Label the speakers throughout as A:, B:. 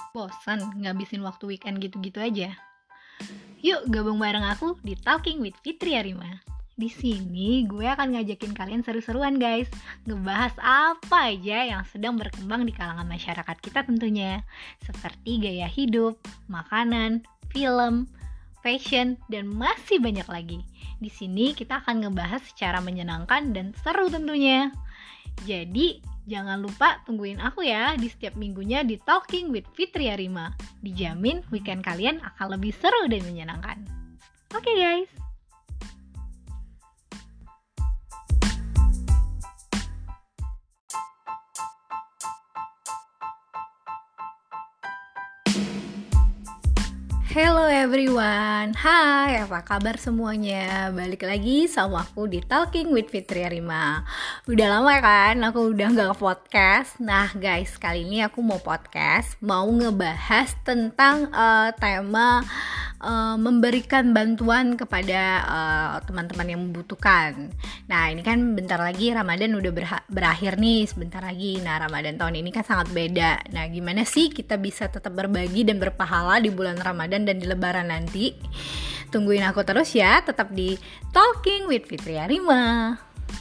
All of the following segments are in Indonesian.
A: Bosan ngabisin waktu weekend gitu-gitu aja? Yuk gabung bareng aku di Talking with Fitri Arima. Di sini gue akan ngajakin kalian seru-seruan guys, ngebahas apa aja yang sedang berkembang di kalangan masyarakat kita tentunya, seperti gaya hidup, makanan, film, fashion, dan masih banyak lagi. Di sini kita akan ngebahas secara menyenangkan dan seru tentunya. Jadi, jangan lupa tungguin aku ya di setiap minggunya di Talking with Fitri Arima. Dijamin weekend kalian akan lebih seru dan menyenangkan. Oke guys. Hello everyone, hai apa kabar semuanya? Balik lagi sama aku di Talking with Fitri Arima. Udah lama kan aku udah gak podcast. Nah guys, kali ini aku mau podcast, mau ngebahas tentang tema memberikan bantuan kepada teman-teman yang membutuhkan. Nah ini kan bentar lagi Ramadan udah berakhir nih, sebentar lagi. Nah Ramadan tahun ini kan sangat beda. Nah gimana sih kita bisa tetap berbagi dan berpahala di bulan Ramadan dan di Lebaran nanti? Tungguin aku terus ya, tetap di Talking with Fitri Arima.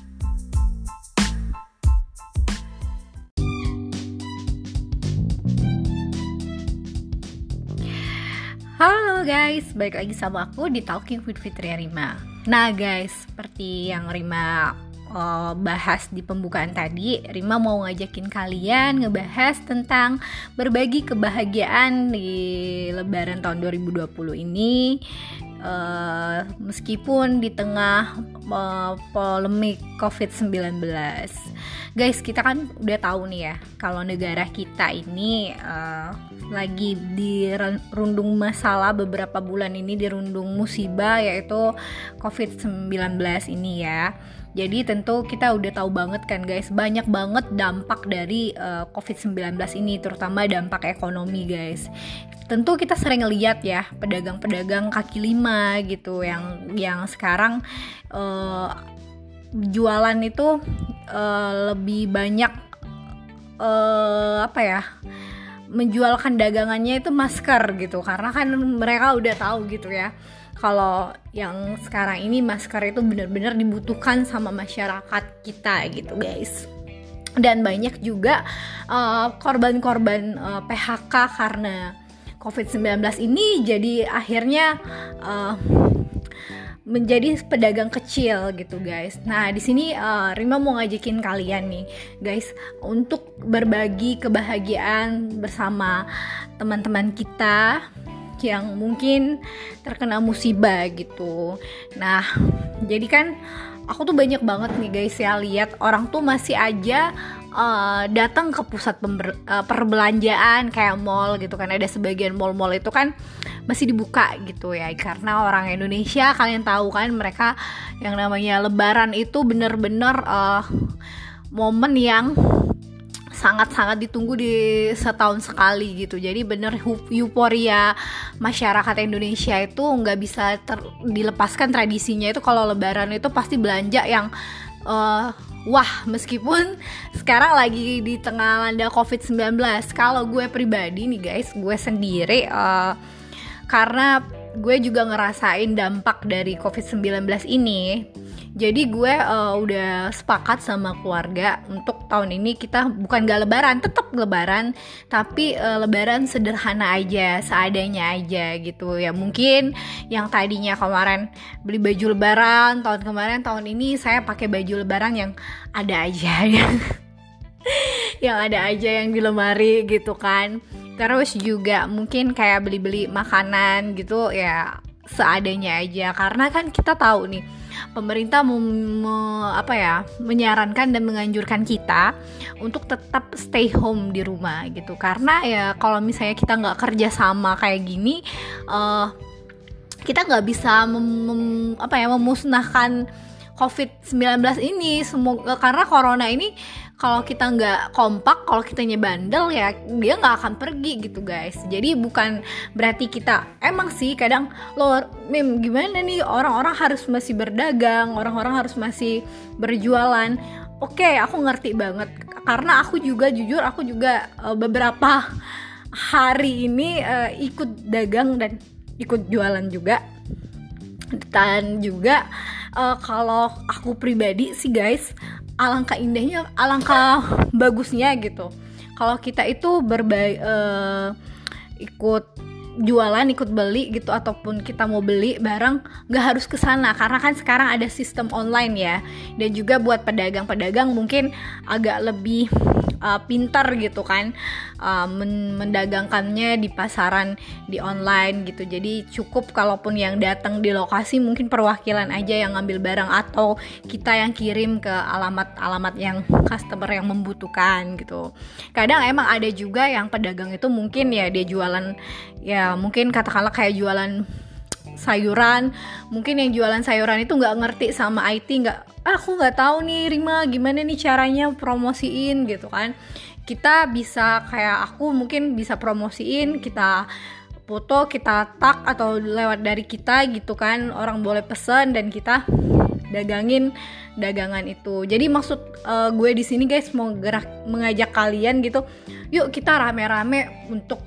A: Halo guys, balik lagi sama aku di Talking with Fitri Arima. Nah guys, seperti yang Rima bahas di pembukaan tadi, Rima mau ngajakin kalian ngebahas tentang berbagi kebahagiaan di Lebaran tahun 2020 ini. Meskipun di tengah polemik COVID-19. Guys, kita kan udah tahu nih ya, kalau negara kita ini lagi dirundung masalah beberapa bulan ini, dirundung musibah yaitu COVID-19 ini ya. Jadi tentu kita udah tahu banget kan guys, banyak banget dampak dari COVID-19 ini, terutama dampak ekonomi guys. Tentu kita sering lihat ya pedagang-pedagang kaki lima gitu yang sekarang jualan itu lebih banyak menjualkan dagangannya itu masker gitu, karena kan mereka udah tahu gitu ya kalau yang sekarang ini masker itu benar-benar dibutuhkan sama masyarakat kita gitu guys. Dan banyak juga korban-korban PHK karena COVID-19 ini, jadi akhirnya menjadi pedagang kecil gitu guys. Nah di sini Rima mau ngajakin kalian nih guys untuk berbagi kebahagiaan bersama teman-teman kita yang mungkin terkena musibah gitu. Nah jadi kan aku tuh banyak banget nih guys ya lihat orang tuh masih aja datang ke pusat perbelanjaan kayak mall gitu kan. Ada sebagian mall-mall itu kan masih dibuka gitu ya, karena orang Indonesia kalian tahu kan, mereka yang namanya Lebaran itu bener-bener momen yang sangat-sangat ditunggu di setahun sekali gitu. Jadi bener euforia masyarakat Indonesia itu nggak bisa dilepaskan tradisinya itu kalau Lebaran itu pasti belanja yang wah, meskipun sekarang lagi di tengah landa COVID-19. Kalau gue pribadi nih guys, gue sendiri karena gue juga ngerasain dampak dari COVID-19 ini. Jadi gue udah sepakat sama keluarga untuk tahun ini kita bukan gak lebaran, tetap lebaran, tapi lebaran sederhana aja, seadanya aja gitu ya. Mungkin yang tadinya kemarin beli baju lebaran tahun kemarin, tahun ini saya pakai baju lebaran yang ada aja yang ada aja yang di lemari gitu kan. Terus juga mungkin kayak beli-beli makanan gitu ya seadanya aja, karena kan kita tahu nih pemerintah menyarankan dan menganjurkan kita untuk tetap stay home di rumah gitu, karena ya kalau misalnya kita nggak kerja sama kayak gini, kita nggak bisa memusnahkan COVID-19 ini semoga, karena corona ini kalau kita nggak kompak, kalau kitanya bandel ya dia nggak akan pergi gitu guys. Jadi bukan berarti kita, emang sih kadang Mim gimana nih, orang-orang harus masih berdagang, orang-orang harus masih berjualan. Oke, aku ngerti banget, karena aku juga jujur beberapa hari ini ikut dagang dan ikut jualan juga. Dan juga kalau aku pribadi sih guys, alangkah indahnya, alangkah bagusnya gitu kalau kita itu ikut jualan, ikut beli gitu, ataupun kita mau beli barang gak harus ke sana, karena kan sekarang ada sistem online ya. Dan juga buat pedagang-pedagang mungkin agak lebih pintar gitu kan, mendagangkannya di pasaran, di online gitu. Jadi cukup kalaupun yang datang di lokasi mungkin perwakilan aja yang ngambil barang, atau kita yang kirim ke alamat-alamat yang customer yang membutuhkan gitu. Kadang emang ada juga yang pedagang itu mungkin ya dia jualan, ya mungkin katakanlah kayak jualan sayuran, mungkin yang jualan sayuran itu nggak ngerti sama IT, aku nggak tahu nih Rima gimana nih caranya promosiin gitu kan. Kita bisa kayak aku mungkin bisa promosiin, kita foto, kita tag atau lewat dari kita gitu kan, orang boleh pesen dan kita dagangin dagangan itu. Jadi maksud gue di sini guys mau mengajak kalian gitu, yuk kita rame-rame untuk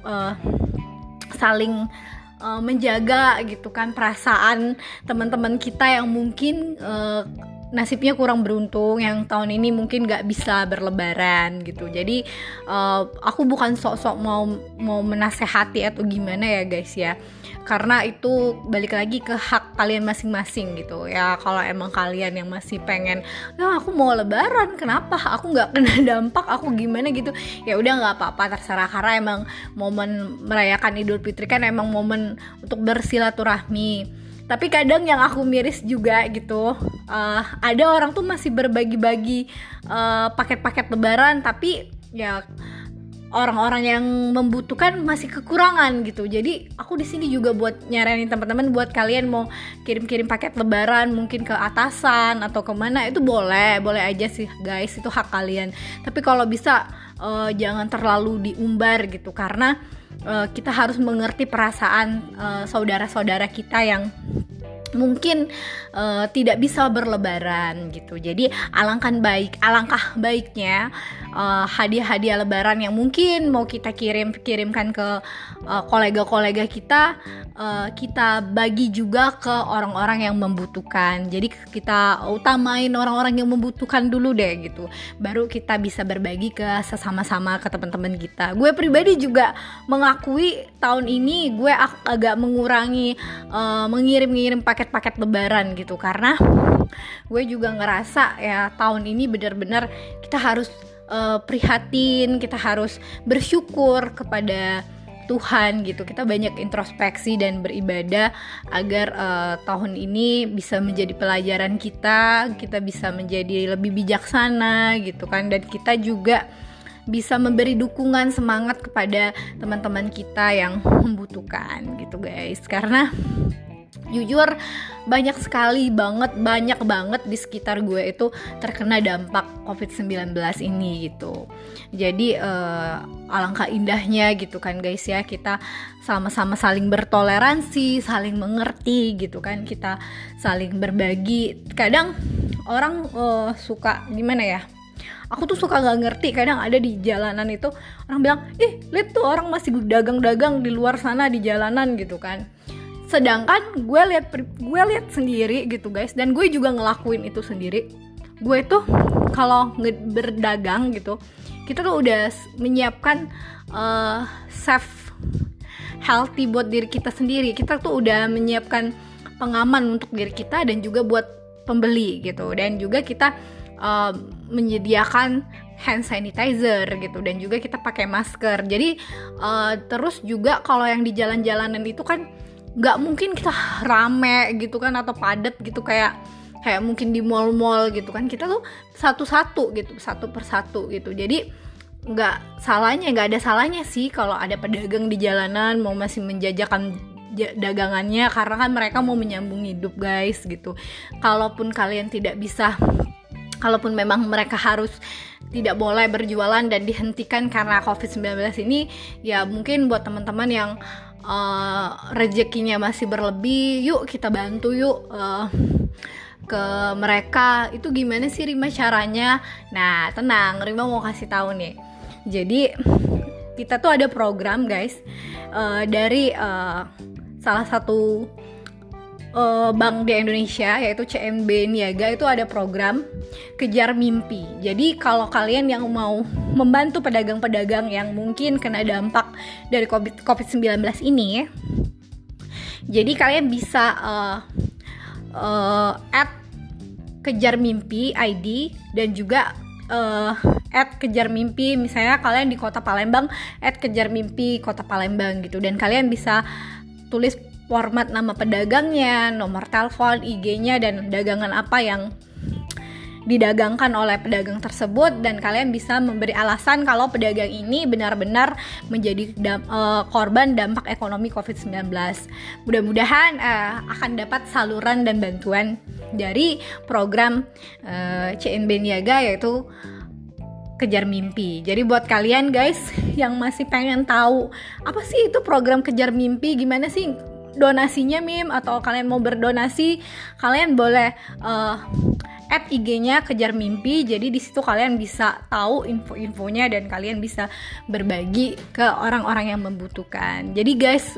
A: saling menjaga gitu kan perasaan teman-teman kita yang mungkin nasibnya kurang beruntung, yang tahun ini mungkin gak bisa berlebaran gitu. Jadi aku bukan sok-sok mau menasehati atau gimana ya guys ya, karena itu balik lagi ke hak kalian masing-masing gitu ya. Kalau emang kalian yang masih pengen, ya aku mau lebaran, kenapa aku gak kena dampak, aku gimana gitu, ya udah gak apa-apa, terserah. Karena emang momen merayakan Idul Fitri kan emang momen untuk bersilaturahmi. Tapi kadang yang aku miris juga gitu, ada orang tuh masih berbagi-bagi paket-paket lebaran, tapi ya orang-orang yang membutuhkan masih kekurangan gitu. Jadi aku di sini juga buat nyaranin teman-teman, buat kalian mau kirim-kirim paket lebaran mungkin ke atasan atau kemana, itu boleh aja sih guys, itu hak kalian. Tapi kalau bisa jangan terlalu diumbar gitu, karena kita harus mengerti perasaan saudara-saudara kita yang mungkin tidak bisa berlebaran gitu. Jadi alangkah baiknya hadiah-hadiah lebaran yang mungkin mau kita kirimkan ke kolega-kolega kita, kita bagi juga ke orang-orang yang membutuhkan. Jadi kita utamain orang-orang yang membutuhkan dulu deh gitu, baru kita bisa berbagi ke sesama-sama, ke teman-teman kita. Gue pribadi juga mengakui tahun ini gue agak mengurangi mengirim paket lebaran gitu, karena gue juga ngerasa ya tahun ini benar-benar kita harus prihatin, kita harus bersyukur kepada Tuhan gitu. Kita banyak introspeksi dan beribadah agar tahun ini bisa menjadi pelajaran kita bisa menjadi lebih bijaksana gitu kan, dan kita juga bisa memberi dukungan, semangat kepada teman-teman kita yang membutuhkan gitu guys. Karena jujur banyak banget di sekitar gue itu terkena dampak COVID-19 ini gitu. Jadi alangkah indahnya gitu kan guys ya, kita sama-sama saling bertoleransi, saling mengerti gitu kan, kita saling berbagi. Kadang orang suka gimana ya, aku tuh suka gak ngerti, kadang ada di jalanan itu orang bilang, lihat tuh orang masih dagang-dagang di luar sana di jalanan gitu kan. Sedangkan gue lihat sendiri gitu guys, dan gue juga ngelakuin itu sendiri. Gue tuh kalau berdagang gitu, kita tuh udah menyiapkan safe healthy buat diri kita sendiri. Kita tuh udah menyiapkan pengaman untuk diri kita dan juga buat pembeli gitu. Dan juga kita menyediakan hand sanitizer gitu, dan juga kita pakai masker. Jadi terus juga kalau yang di jalan-jalanan itu kan nggak mungkin kita rame gitu kan, atau padat gitu kayak mungkin di mall-mall gitu kan. Kita tuh satu-satu gitu, satu persatu gitu. Jadi nggak ada salahnya sih kalau ada pedagang di jalanan mau masih menjajakan dagangannya, karena kan mereka mau menyambung hidup guys gitu. Kalaupun memang mereka harus tidak boleh berjualan dan dihentikan karena COVID-19 ini, ya mungkin buat teman-teman yang rezekinya masih berlebih, yuk kita bantu yuk ke mereka. Itu gimana sih Rima caranya? Nah tenang, Rima mau kasih tahu nih. Jadi kita tuh ada program guys, dari salah satu bank di Indonesia yaitu CMB Niaga. Itu ada program Kejar Mimpi. Jadi kalau kalian yang mau membantu pedagang-pedagang yang mungkin kena dampak dari COVID-19 ini, jadi kalian bisa add Kejar Mimpi ID dan juga add Kejar Mimpi, misalnya kalian di Kota Palembang, add Kejar Mimpi Kota Palembang gitu, dan kalian bisa tulis format nama pedagangnya, nomor telepon, IG-nya, dan dagangan apa yang didagangkan oleh pedagang tersebut, dan kalian bisa memberi alasan kalau pedagang ini benar-benar menjadi korban dampak ekonomi COVID-19. Mudah-mudahan akan dapat saluran dan bantuan dari program CMB Niaga, yaitu Kejar Mimpi. Jadi buat kalian guys yang masih pengen tahu apa sih itu program Kejar Mimpi, gimana sih donasinya Mim, atau kalian mau berdonasi, kalian boleh add IG-nya Kejar Mimpi. Jadi di situ kalian bisa tahu info-infonya dan kalian bisa berbagi ke orang-orang yang membutuhkan. Jadi guys,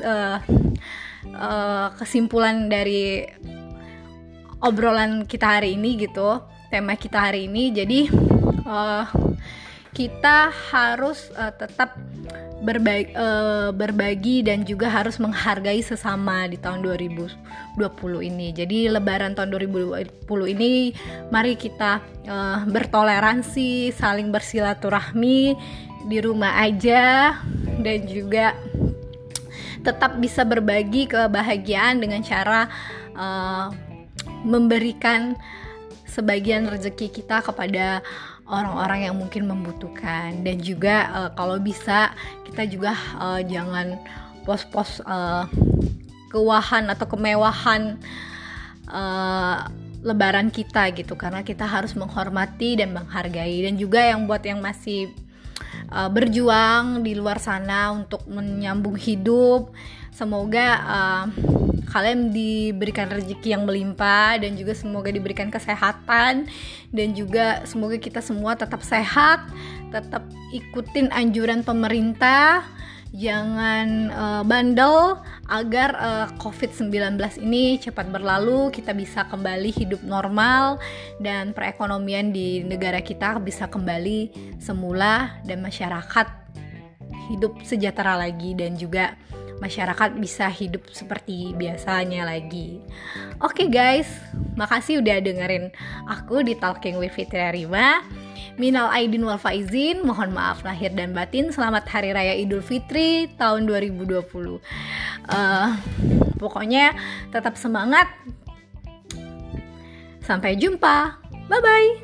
A: kesimpulan dari obrolan kita hari ini gitu, tema kita hari ini, jadi kita harus tetap berbagi dan juga harus menghargai sesama di tahun 2020 ini. Jadi lebaran tahun 2020 ini mari kita bertoleransi, saling bersilaturahmi di rumah aja, dan juga tetap bisa berbagi kebahagiaan dengan cara memberikan sebagian rezeki kita kepada orang-orang yang mungkin membutuhkan. Dan juga kalau bisa kita juga jangan pos-pos keuangan atau kemewahan lebaran kita gitu, karena kita harus menghormati dan menghargai. Dan juga yang buat yang masih berjuang di luar sana untuk menyambung hidup, semoga kalian diberikan rezeki yang melimpah, dan juga semoga diberikan kesehatan, dan juga semoga kita semua tetap sehat, tetap ikutin anjuran pemerintah, jangan bandel, agar COVID-19 ini cepat berlalu, kita bisa kembali hidup normal, dan perekonomian di negara kita bisa kembali semula, dan masyarakat hidup sejahtera lagi, dan juga masyarakat bisa hidup seperti biasanya lagi. Oke guys, makasih udah dengerin aku di Talking with Fitria Rima. Minal aidin wal faizin, mohon maaf lahir dan batin. Selamat Hari Raya Idul Fitri tahun 2020. Pokoknya tetap semangat. Sampai jumpa. Bye bye.